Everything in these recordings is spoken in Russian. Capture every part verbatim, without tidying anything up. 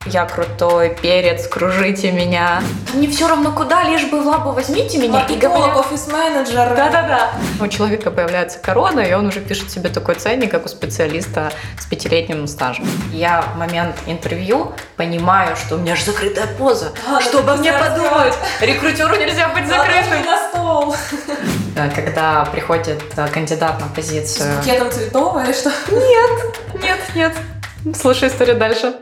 Я крутой, перец, кружите меня. Да мне все равно куда, лишь бы в лабу возьмите меня. Маркетолог, офис-менеджер. Да-да-да. У человека появляется корона, и он уже пишет себе такой ценник, как у специалиста с пятилетним стажем. Я в момент интервью понимаю, что у меня же закрытая поза. Да, что обо мне подумают? Рекрутеру нельзя быть закрытым. На стол. Когда приходит кандидат на позицию... С букетом цветов или что? Нет, нет, нет. Слушай историю дальше.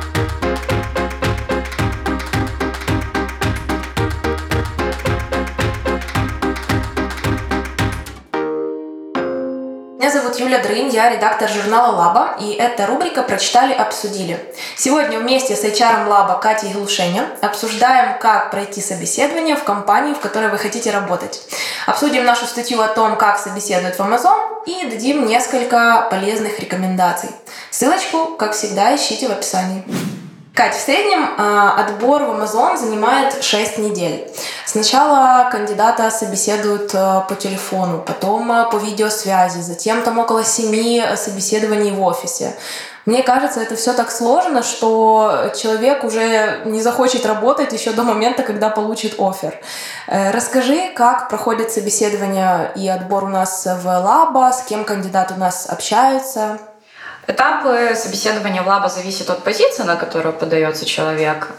Меня зовут Юля Дрынь, я редактор журнала «Лаба», и эта рубрика «Прочитали, обсудили». Сегодня вместе с эйч ар «Лаба» Катей Глушеня обсуждаем, как пройти собеседование в компании, в которой вы хотите работать. Обсудим нашу статью о том, как собеседуют в Amazon, и дадим несколько полезных рекомендаций. Ссылочку, как всегда, ищите в описании. Кать, в среднем э, отбор в Amazon занимает шесть недель. Сначала кандидата собеседуют э, по телефону, потом э, по видеосвязи, затем там около семи собеседований в офисе. Мне кажется, это все так сложно, что человек уже не захочет работать еще до момента, когда получит оффер. Э, расскажи, как проходит собеседование и отбор у нас в Лаба, с кем кандидат у нас общается. Этапы собеседования в Лаба зависят от позиции, на которую подается человек,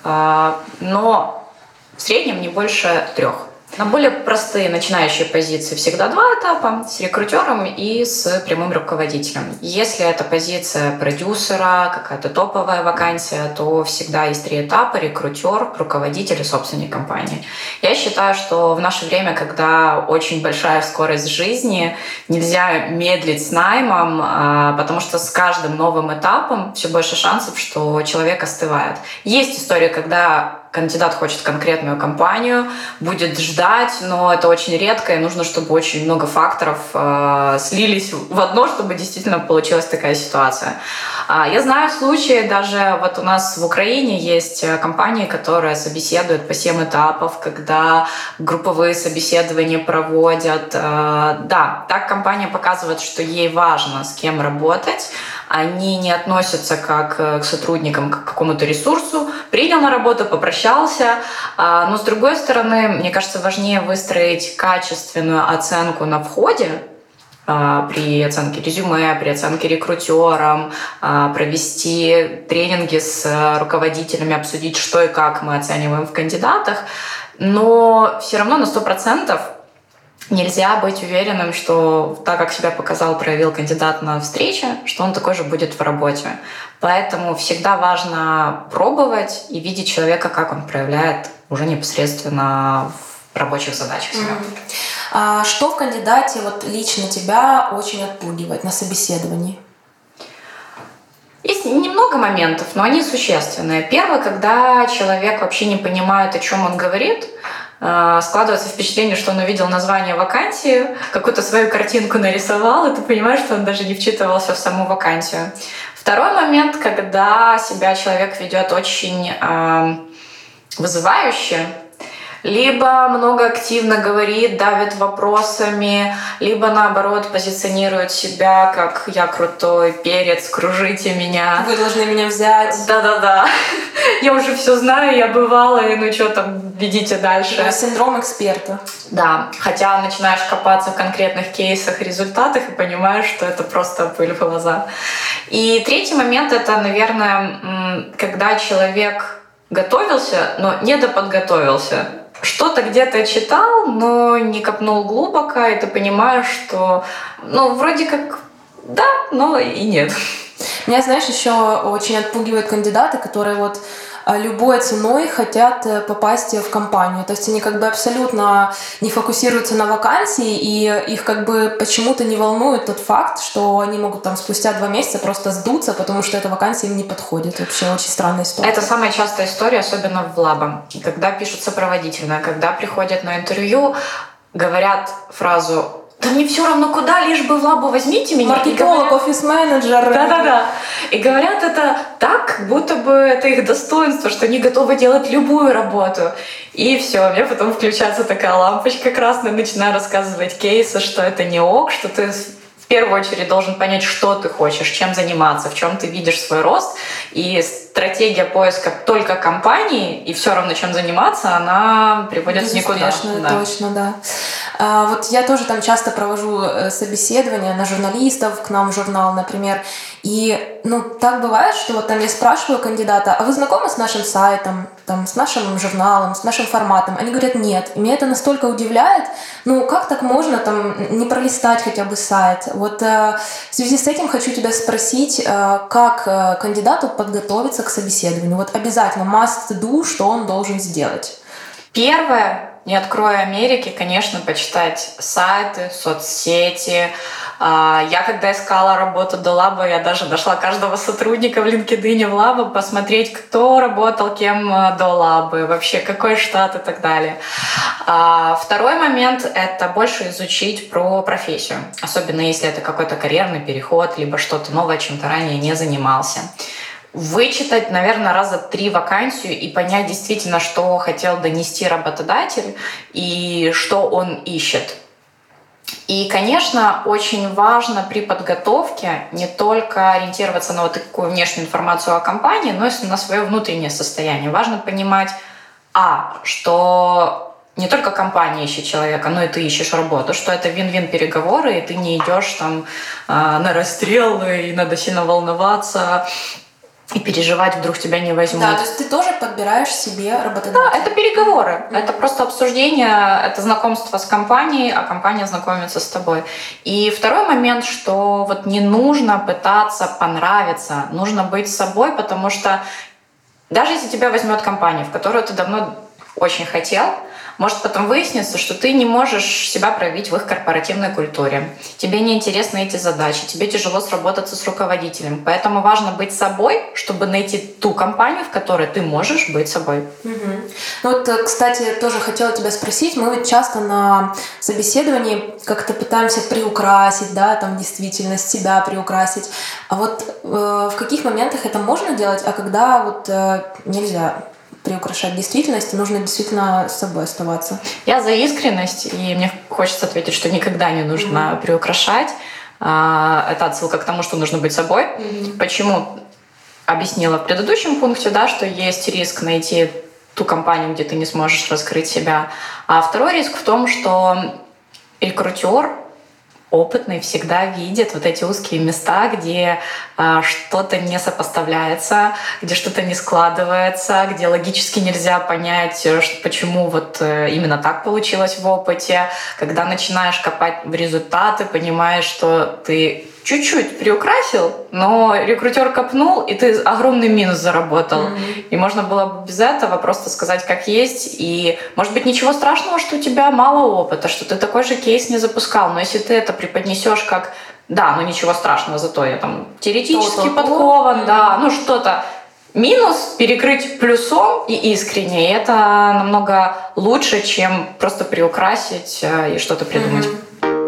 но в среднем не больше трех. На более простые начинающие позиции всегда два этапа: с рекрутером и с прямым руководителем. Если это позиция продюсера, какая-то топовая вакансия, то всегда есть три этапа: рекрутер, руководитель и собственник компании. Я считаю, что в наше время, когда очень большая скорость жизни, нельзя медлить с наймом, потому что с каждым новым этапом все больше шансов, что человек остывает. Есть история, когда кандидат хочет конкретную компанию, будет ждать, но это очень редко, и нужно, чтобы очень много факторов э, слились в одно, чтобы действительно получилась такая ситуация. А я знаю случаи, даже вот у нас в Украине есть компании, которые собеседуют по семь этапов, когда групповые собеседования проводят. Э, да, так компания показывает, что ей важно, с кем работать. Они не относятся как к сотрудникам, как к какому-то ресурсу. Принял на работу, попрощался. Но, с другой стороны, мне кажется, важнее выстроить качественную оценку на входе, при оценке резюме, при оценке рекрутером, провести тренинги с руководителями, обсудить, что и как мы оцениваем в кандидатах. Но все равно на сто процентов нельзя быть уверенным, что так, как себя показал, проявил кандидат на встрече, что он такой же будет в работе. Поэтому всегда важно пробовать и видеть человека, как он проявляет уже непосредственно в рабочих задачах себя. Mm-hmm. А что в кандидате вот лично тебя очень отпугивает на собеседовании? Есть немного моментов, но они существенные. Первое, когда человек вообще не понимает, о чем он говорит, складывается впечатление, что он увидел название вакансии, какую-то свою картинку нарисовал, и ты понимаешь, что он даже не вчитывался в саму вакансию. Второй момент, когда себя человек ведет очень э, вызывающе, либо много активно говорит, давит вопросами, либо наоборот позиционирует себя как «я крутой, перец, кружите меня». Вы должны меня взять. Да-да-да. Я уже все знаю, я бывала, и ну что там, ведите дальше. Да, синдром эксперта. Да, хотя начинаешь копаться в конкретных кейсах, результатах и понимаешь, что это просто пыль в глаза. И третий момент — это, наверное, когда человек готовился, но недоподготовился. Что-то где-то читал, но не копнул глубоко, и ты понимаешь, что, ну, вроде как да, но и нет. Меня, знаешь, еще очень отпугивают кандидаты, которые вот любой ценой хотят попасть в компанию. То есть они как бы абсолютно не фокусируются на вакансии, и их как бы почему-то не волнует тот факт, что они могут там спустя два месяца просто сдуться, потому что эта вакансия им не подходит. Вообще очень странная история. Это самая частая история, особенно в Лаба. Когда пишут сопроводительное, когда приходят на интервью, говорят фразу: да мне все равно куда, лишь бы в Лабу возьмите меня. Маркетолог, офис-менеджер. Да-да-да. И говорят это так, как будто бы это их достоинство, что они готовы делать любую работу. И все, у меня потом включается такая лампочка красная, начинаю рассказывать кейсы, что это не ок, что ты в первую очередь должен понять, что ты хочешь, чем заниматься, в чем ты видишь свой рост. И стратегия поиска только компании и все равно чем заниматься, она приводит в никуда. Да. Точно, да. А, вот я тоже там часто провожу собеседования на журналистов, к нам в журнал, например. И ну, так бывает, что вот там я спрашиваю кандидата, а вы знакомы с нашим сайтом, там, с нашим журналом, с нашим форматом? Они говорят, нет. И меня это настолько удивляет. Ну, как так можно там не пролистать хотя бы сайт? Вот э, в связи с этим хочу тебя спросить, э, как э, кандидату подготовиться к собеседованию? Вот обязательно must do, что он должен сделать? Первое, не открою Америки, конечно, почитать сайты, соцсети. Я когда искала работу до Лаба, я даже нашла каждого сотрудника в LinkedIn в Лаба, посмотреть, кто работал кем до Лабы, вообще какой штат и так далее. Второй момент — это больше изучить про профессию, особенно если это какой-то карьерный переход, либо что-то новое, чем ты ранее не занимался. Вычитать, наверное, раза три вакансию и понять действительно, что хотел донести работодатель и что он ищет. И, конечно, очень важно при подготовке не только ориентироваться на вот такую внешнюю информацию о компании, но и на свое внутреннее состояние. Важно понимать, а, что не только компания ищет человека, но и ты ищешь работу, что это вин-вин переговоры, и ты не идешь там на расстрел, и надо сильно волноваться и переживать, вдруг тебя не возьмут. Да, то есть ты тоже подбираешь себе работодателя. Да, это переговоры, mm-hmm. это просто обсуждение, это знакомство с компанией, а компания знакомится с тобой. И второй момент, что вот не нужно пытаться понравиться, нужно быть собой, потому что даже если тебя возьмет компания, в которую ты давно очень хотел, может потом выяснится, что ты не можешь себя проявить в их корпоративной культуре. Тебе неинтересны эти задачи, тебе тяжело сработаться с руководителем. Поэтому важно быть собой, чтобы найти ту компанию, в которой ты можешь быть собой. Угу. Ну вот, кстати, тоже хотела тебя спросить. Мы ведь часто на собеседовании как-то пытаемся приукрасить, да, там действительность себя приукрасить. А вот э, в каких моментах это можно делать, а когда вот э, нельзя приукрашать действительность, нужно действительно с собой оставаться? Я за искренность, и мне хочется ответить, что никогда не нужно mm-hmm. приукрашать. Это отсылка к тому, что нужно быть собой. Mm-hmm. Почему? Объяснила в предыдущем пункте, да, что есть риск найти ту компанию, где ты не сможешь раскрыть себя. А второй риск в том, что рекрутер опытный всегда видит вот эти узкие места, где э, что-то не сопоставляется, где что-то не складывается, где логически нельзя понять, что, почему вот э, именно так получилось в опыте. Когда начинаешь копать в результаты, понимаешь, что ты чуть-чуть приукрасил, но рекрутер копнул, и ты огромный минус заработал. Mm-hmm. И можно было бы без этого просто сказать, как есть. И, может быть, ничего страшного, что у тебя мало опыта, что ты такой же кейс не запускал. Но если ты это преподнесешь как «да, ну ничего страшного, зато я там теоретически То-то. подкован», mm-hmm. да, ну что-то, минус перекрыть плюсом и искренне. И это намного лучше, чем просто приукрасить и что-то придумать. Mm-hmm.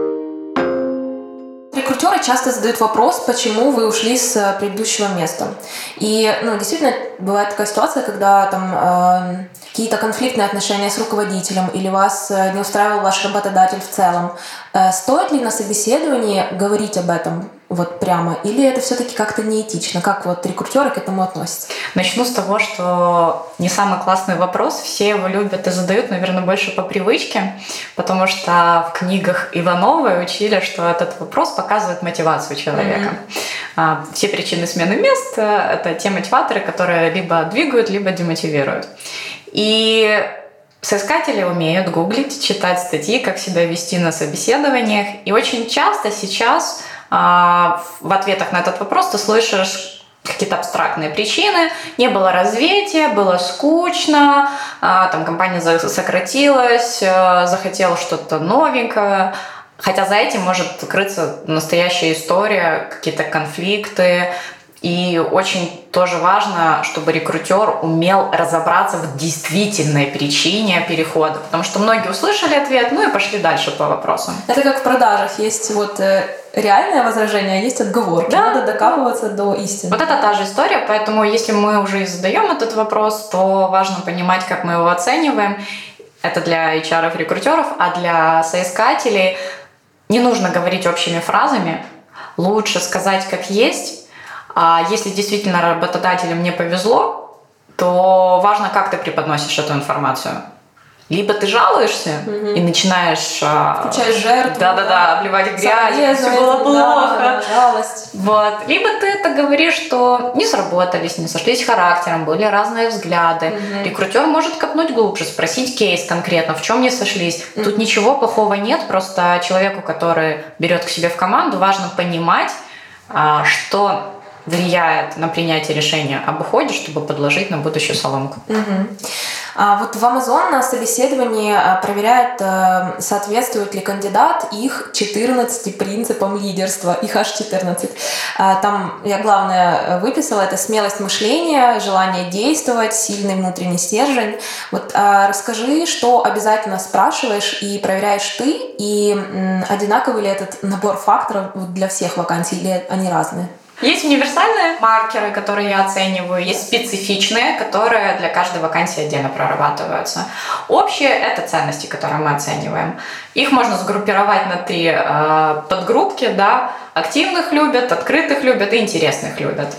Рекрутеры часто задают вопрос, почему вы ушли с предыдущего места. И ну, действительно бывает такая ситуация, когда там э, какие-то конфликтные отношения с руководителем или вас не устраивал ваш работодатель в целом. Э, стоит ли на собеседовании говорить об этом вот прямо? Или это все-таки как-то неэтично? Как вот рекрутеры к этому относятся? Начну с того, что не самый классный вопрос. Все его любят и задают, наверное, больше по привычке, потому что в книгах Ивановой учили, что этот вопрос показывает мотивацию человека. Mm-hmm. Все причины смены мест — это те мотиваторы, которые либо двигают, либо демотивируют. И соискатели умеют гуглить, читать статьи, как себя вести на собеседованиях. И очень часто сейчас в ответах на этот вопрос ты слышишь какие-то абстрактные причины. Не было развития, было скучно, там компания сократилась, захотела что-то новенькое. Хотя за этим может крыться настоящая история, какие-то конфликты. И очень тоже важно, чтобы рекрутер умел разобраться в действительной причине перехода. Потому что многие услышали ответ, ну и пошли дальше по вопросам. Это как в продажах. Есть вот реальное возражение, а есть отговорки. Да. Надо докапываться до истины. Вот это та же история. Поэтому если мы уже и задаем этот вопрос, то важно понимать, как мы его оцениваем. Это для эйч ар-ов, рекрутеров, а для соискателей не нужно говорить общими фразами. лучше сказать как есть. А если действительно работодателю не повезло, то важно, как ты преподносишь эту информацию. Либо ты жалуешься угу. и начинаешь... Включаешь жертву. Да-да-да, обливать грязь, все было плохо. Да, жалость. Вот. Либо ты это говоришь, что не сработались, не сошлись характером, были разные взгляды. Угу. Рекрутер может копнуть глубже, спросить кейс конкретно, в чем не сошлись. Угу. Тут ничего плохого нет, просто человеку, который берет к себе в команду, важно понимать, что влияет на принятие решения об уходе, чтобы подложить на будущую соломку. Угу. А вот в Amazon на собеседовании проверяют, соответствует ли кандидат их четырнадцати принципам лидерства, их аж четырнадцать. Там я главное выписала, это смелость мышления, желание действовать, сильный внутренний стержень. Вот расскажи, что обязательно спрашиваешь и проверяешь ты, и одинаковый ли этот набор факторов для всех вакансий, или они разные? Есть универсальные маркеры, которые я оцениваю, есть специфичные, которые для каждой вакансии отдельно прорабатываются. Общие – это ценности, которые мы оцениваем. Их можно сгруппировать на три э, подгруппки. Да? Активных любят, открытых любят и интересных любят.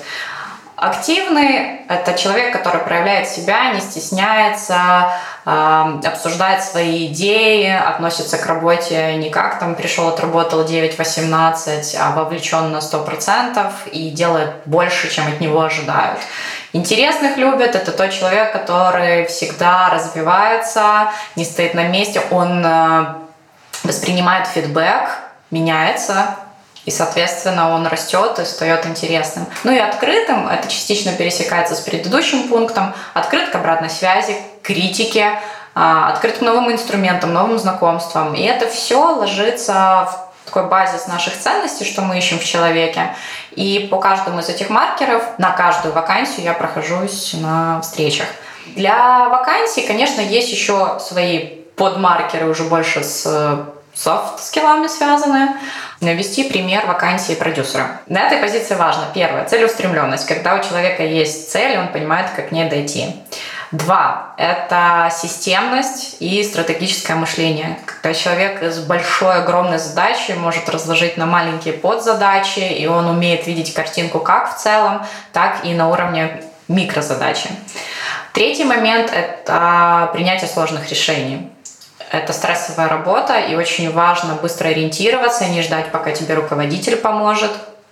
Активный – это человек, который проявляет себя, не стесняется, э, обсуждает свои идеи, относится к работе не как там пришел, отработал девять-восемнадцать, а вовлечен на сто процентов и делает больше, чем от него ожидают. Интересных любят – это тот человек, который всегда развивается, не стоит на месте, он э, воспринимает фидбэк, меняется, и, соответственно, он растет и стает интересным. Ну и открытым, это частично пересекается с предыдущим пунктом, открыт к обратной связи, критике, открыт к новым инструментам, новым знакомствам. И это все ложится в такой базис наших ценностей, что мы ищем в человеке. И по каждому из этих маркеров, на каждую вакансию я прохожусь на встречах. Для вакансий, конечно, есть еще свои подмаркеры, уже больше с софт-скиллами связанные. Навести пример вакансии продюсера. На этой позиции важно. Первое – целеустремленность. Когда у человека есть цель, он понимает, как к ней дойти. Два – это системность и стратегическое мышление. Когда человек с большой, огромной задачей может разложить на маленькие подзадачи, и он умеет видеть картинку как в целом, так и на уровне микрозадачи. Третий момент – это принятие сложных решений. Это стрессовая работа, и очень важно быстро ориентироваться, не ждать, пока тебе руководитель поможет.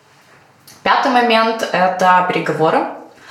Пятый момент – это переговоры.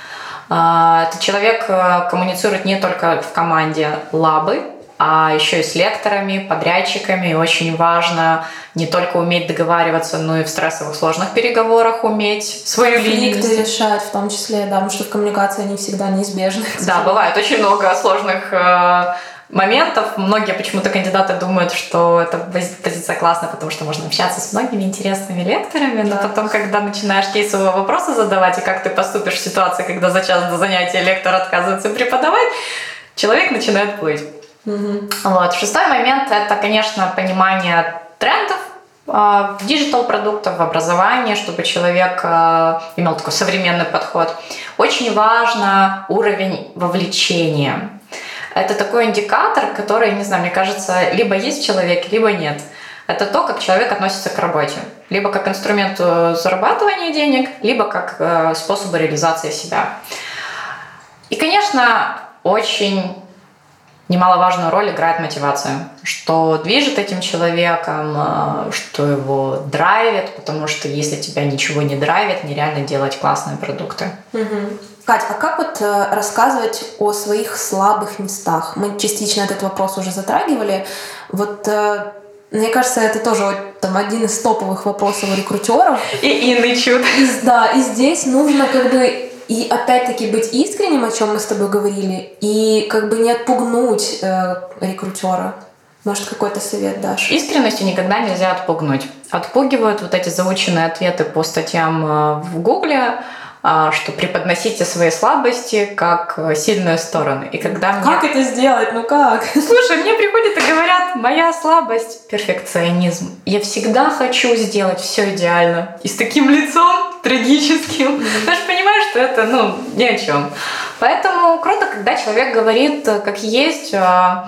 Этот человек коммуницирует не только в команде лабы, а еще и с лекторами, подрядчиками. И очень важно не только уметь договариваться, но и в стрессовых сложных переговорах уметь свою линию конфликты решать, в том числе, да, потому что в коммуникации они всегда неизбежны. Да, бывает очень много сложных моментов. Многие почему-то кандидаты думают, что эта позиция классная, потому что можно общаться с многими интересными лекторами, но да. Потом, когда начинаешь кейсовые вопросы задавать, и как ты поступишь в ситуации, когда за час до занятия лектор отказывается преподавать, человек начинает плыть. Угу. Вот. Шестой момент – это, конечно, понимание трендов в диджитал-продуктах, в образовании, чтобы человек имел такой современный подход. Очень важно уровень вовлечения. Это такой индикатор, который, не знаю, мне кажется, либо есть в человеке, либо нет. Это то, как человек относится к работе. Либо как инструменту зарабатывания денег, либо как способу реализации себя. И, конечно, очень немаловажную роль играет мотивация. Что движет этим человеком, что его драйвит, потому что если тебя ничего не драйвит, нереально делать классные продукты. Угу. Кать, а как вот э, рассказывать о своих слабых местах? Мы частично этот вопрос уже затрагивали. Вот э, мне кажется, это тоже вот, там, один из топовых вопросов у рекрутеров. И Инны чуд. И, да, и здесь нужно как бы и опять-таки быть искренним, о чем мы с тобой говорили, и как бы не отпугнуть э, рекрутера. Может, какой-то совет дашь? Искренностью никогда нельзя отпугнуть. Отпугивают вот эти заученные ответы по статьям в Гугле, что преподносите свои слабости как сильные стороны. И когда мне... Как это сделать? Ну как? Слушай, мне приходят и говорят, моя слабость – перфекционизм. Я всегда хочу сделать все идеально. И с таким лицом трагическим. Mm-hmm. Ты же понимаешь, что это, ну, ни о чем. Поэтому круто, когда человек говорит, как есть. Да,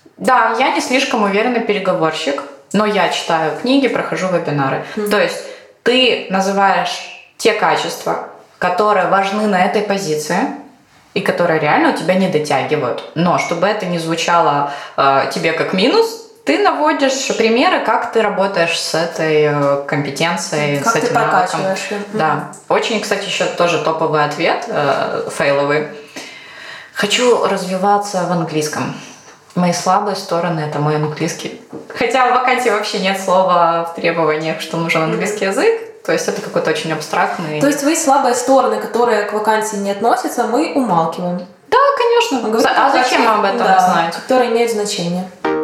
я не слишком уверенный переговорщик, но я читаю книги, прохожу вебинары. Mm-hmm. То есть ты называешь те качества, которые важны на этой позиции и которые реально у тебя не дотягивают. Но чтобы это не звучало э, тебе как минус, ты наводишь примеры, как ты работаешь с этой э, компетенцией, как с этим ты прокачиваешь. Да. Очень, кстати, еще тоже топовый ответ, э, фейловый. Хочу развиваться в английском. Мои слабые стороны – это мой английский. Хотя в вакансии вообще нет слова в требованиях, что нужен английский язык. То есть это какой-то очень абстрактный... То есть твои слабые стороны, которые к вакансии не относятся, мы умалкиваем? Да, конечно. Говорит, а зачем об этом да, знать? Которые имеют значение.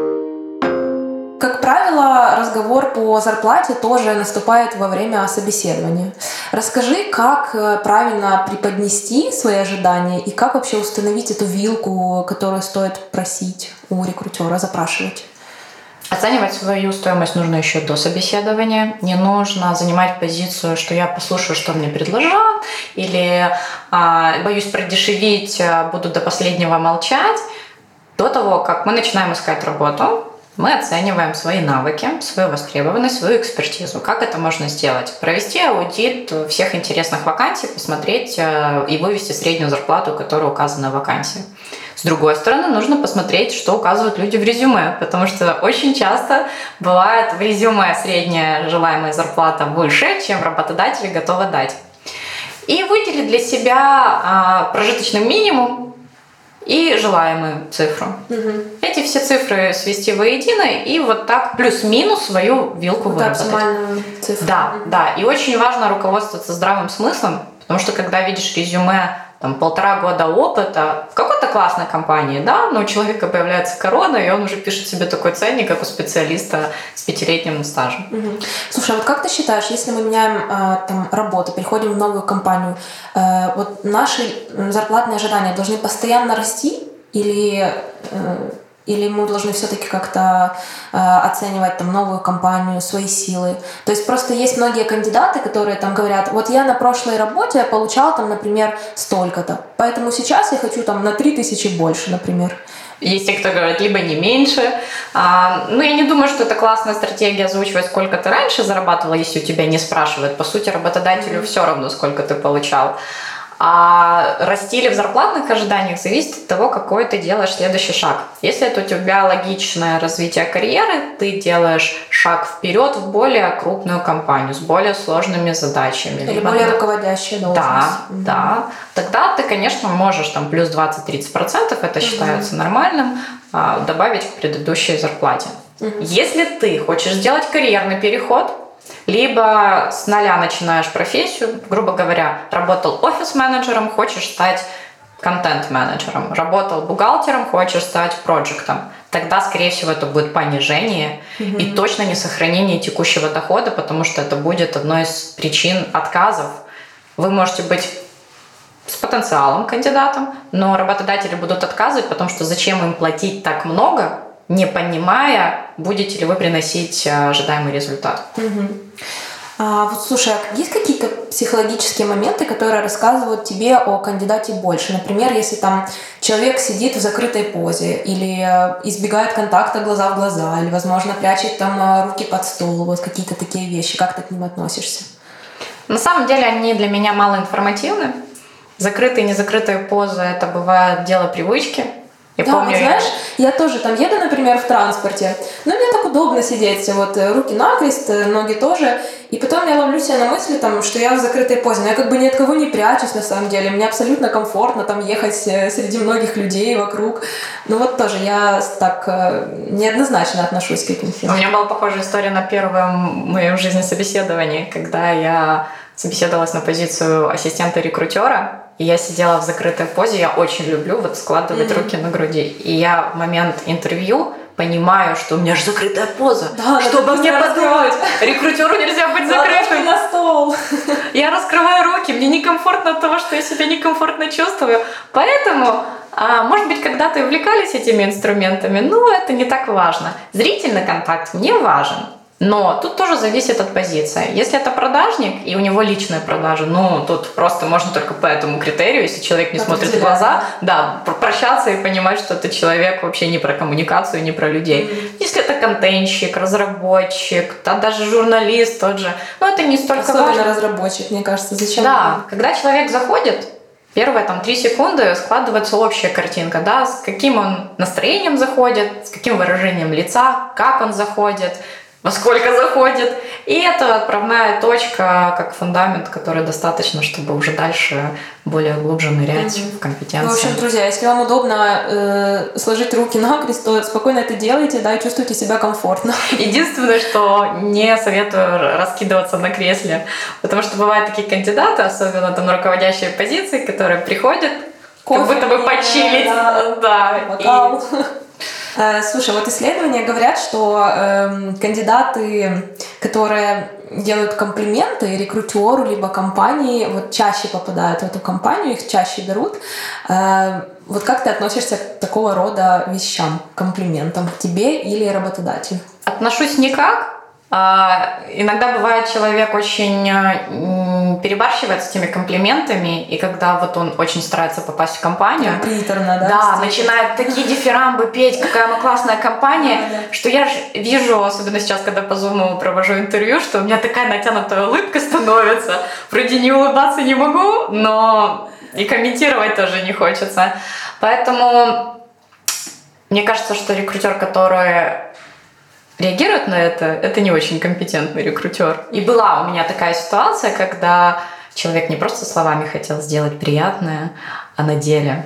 Как правило, разговор по зарплате тоже наступает во время собеседования. Расскажи, как правильно преподнести свои ожидания и как вообще установить эту вилку, которую стоит просить у рекрутера, запрашивать. Оценивать свою стоимость нужно еще до собеседования. Не нужно занимать позицию, что я послушаю, что мне предложат, или а, боюсь продешевить, буду до последнего молчать. До того, как мы начинаем искать работу, мы оцениваем свои навыки, свою востребованность, свою экспертизу. Как это можно сделать? Провести аудит всех интересных вакансий, посмотреть и вывести среднюю зарплату, которая указана в вакансии. С другой стороны, нужно посмотреть, что указывают люди в резюме, потому что очень часто бывает в резюме средняя желаемая зарплата выше, чем работодатели готовы дать. И выделить для себя а, прожиточный минимум и желаемую цифру. Угу. Эти все цифры свести воедино и вот так плюс-минус свою вилку вот выработать. Оптимальную цифру. Да, угу. да. И очень важно руководствоваться здравым смыслом, потому что когда видишь резюме там, полтора года опыта в какой-то классной компании, да, но у человека появляется корона, и он уже пишет себе такой ценник, как у специалиста с пятилетним стажем. Угу. Слушай, а вот как ты считаешь, если мы меняем э, там, работу, переходим в новую компанию, э, вот наши зарплатные ожидания должны постоянно расти или... Э, Или мы должны все-таки как-то э, оценивать там, новую компанию, свои силы? То есть просто есть многие кандидаты, которые там говорят, вот я на прошлой работе получал, там, например, столько-то, поэтому сейчас я хочу там, на три тысячи больше, например. Есть те, кто говорит, либо не меньше. А, ну, я не думаю, что это классная стратегия озвучивать, сколько ты раньше зарабатывала, если у тебя не спрашивают. По сути, работодателю mm-hmm. все равно, сколько ты получал. А расти ли в зарплатных ожиданиях зависит от того, какой ты делаешь следующий шаг. Если это у тебя логичное развитие карьеры, ты делаешь шаг вперед в более крупную компанию с более сложными задачами. Или либо более руководящая должность. Да, mm-hmm. да. Тогда ты, конечно, можешь там плюс двадцать-тридцать процентов, это mm-hmm. считается нормальным, добавить к предыдущей зарплате. Mm-hmm. Если ты хочешь сделать карьерный переход, либо с нуля начинаешь профессию, грубо говоря, работал офис-менеджером, хочешь стать контент-менеджером, работал бухгалтером, хочешь стать проектом, тогда, скорее всего, это будет понижение mm-hmm. и точно не сохранение текущего дохода, потому что это будет одной из причин отказов. Вы можете быть с потенциалом кандидатом, но работодатели будут отказывать, потому что зачем им платить так много, не понимая, будете ли вы приносить ожидаемый результат. Угу. А, вот слушай, а есть какие-то психологические моменты, которые рассказывают тебе о кандидате больше? Например, если там человек сидит в закрытой позе или избегает контакта глаза в глаза, или, возможно, прячет там руки под стол, вот какие-то такие вещи. Как ты к ним относишься? На самом деле они для меня малоинформативны. Закрытые и незакрытые позы – это бывает дело привычки. Я да, помню, знаешь, я тоже там еду, например, в транспорте, но мне так удобно сидеть, вот руки накрест, ноги тоже, и потом я ловлю себя на мысли, там, что я в закрытой позе, но я как бы ни от кого не прячусь на самом деле, мне абсолютно комфортно там ехать среди многих людей вокруг, но вот тоже я так неоднозначно отношусь к этим всем. У меня была похожая история на первом моем в жизни собеседовании, когда я собеседовалась на позицию ассистента-рекрутера, и я сидела в закрытой позе, я очень люблю вот складывать mm-hmm. руки на груди. И я в момент интервью понимаю, что у меня же закрытая поза. Да, что обо мне подумать? Рекрутеру нельзя быть закрытым. На стол. Я раскрываю руки, мне некомфортно от того, что я себя некомфортно чувствую. Поэтому, а, может быть, когда-то увлекались этими инструментами, но это не так важно. Зрительный контакт мне важен. Но тут тоже зависит от позиции. Если это продажник, и у него личная продажа, ну, тут просто можно только по этому критерию, если человек не смотрит в глаза, да, прощаться и понимать, что это человек вообще не про коммуникацию, не про людей. Mm-hmm. Если это контентщик, разработчик, да, даже журналист тот же, ну, это не столько Особенно важно. разработчик, мне кажется, зачем? Да, когда человек заходит, первые там три секунды складывается общая картинка, да, с каким он настроением заходит, с каким выражением лица, как он заходит, во сколько заходит. И это отправная точка, как фундамент, который достаточно, чтобы уже дальше более глубже нырять mm-hmm. в компетенции. В общем, друзья, если вам удобно э, сложить руки на крест, то спокойно это делайте, да, и чувствуйте себя комфортно. Единственное, что не советую раскидываться на кресле, потому что бывают такие кандидаты, особенно там на руководящие позиции, которые приходят, кофе, как будто бы почилить. Да, да. И... Слушай, вот исследования говорят, что э, кандидаты, которые делают комплименты рекрутеру либо компании, вот чаще попадают в эту компанию, их чаще берут. Э, вот как ты относишься к такого рода вещам, комплиментам, к тебе или работодателю? Отношусь никак. А, иногда бывает, человек очень перебарщивает с этими комплиментами, и когда вот он очень старается попасть в компанию, приторно, да, да, начинает такие дифирамбы петь, какая мы классная компания, да, да. Что я вижу, особенно сейчас, когда по Zoom провожу интервью, что у меня такая натянутая улыбка становится. Вроде не улыбаться не могу, но и комментировать тоже не хочется. Поэтому мне кажется, что рекрутер, который реагирует на это, это не очень компетентный рекрутер. И была у меня такая ситуация, когда человек не просто словами хотел сделать приятное, а на деле.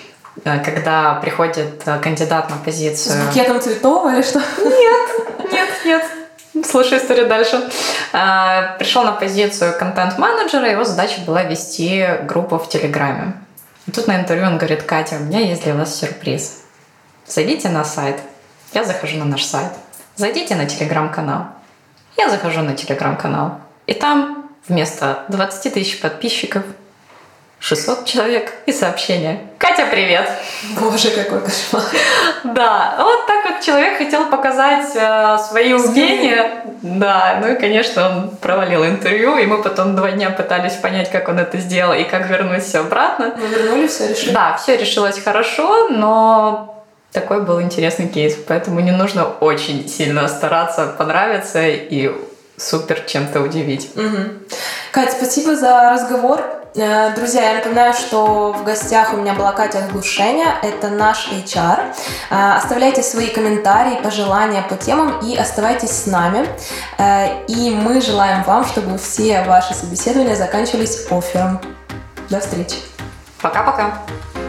Когда приходит кандидат на позицию... С букетом цветов или что? Нет, нет, нет. Слушай историю дальше. Пришел на позицию контент-менеджера, его задача была вести группу в Телеграме. И тут на интервью он говорит: Катя, у меня есть для вас сюрприз. Зайдите на сайт. Я захожу на наш сайт. Зайдите на телеграм-канал. Я захожу на телеграм-канал. И там вместо двадцати тысяч подписчиков шестьсот человек и сообщение: Катя, привет! Боже, какой кошмар! Да, вот так вот человек хотел показать э, свои умения. Да, ну и, конечно, он провалил интервью, и мы потом два дня пытались понять, как он это сделал и как вернуть все обратно. Вы вернули, все решили? Да, все решилось хорошо, но... Такой был интересный кейс, поэтому не нужно очень сильно стараться понравиться и супер чем-то удивить. Угу. Катя, спасибо за разговор. Друзья, я напоминаю, что в гостях у меня была Катя Глушеня, это наш эйч ар. Оставляйте свои комментарии, пожелания по темам и оставайтесь с нами. И мы желаем вам, чтобы все ваши собеседования заканчивались оффером. До встречи. Пока-пока.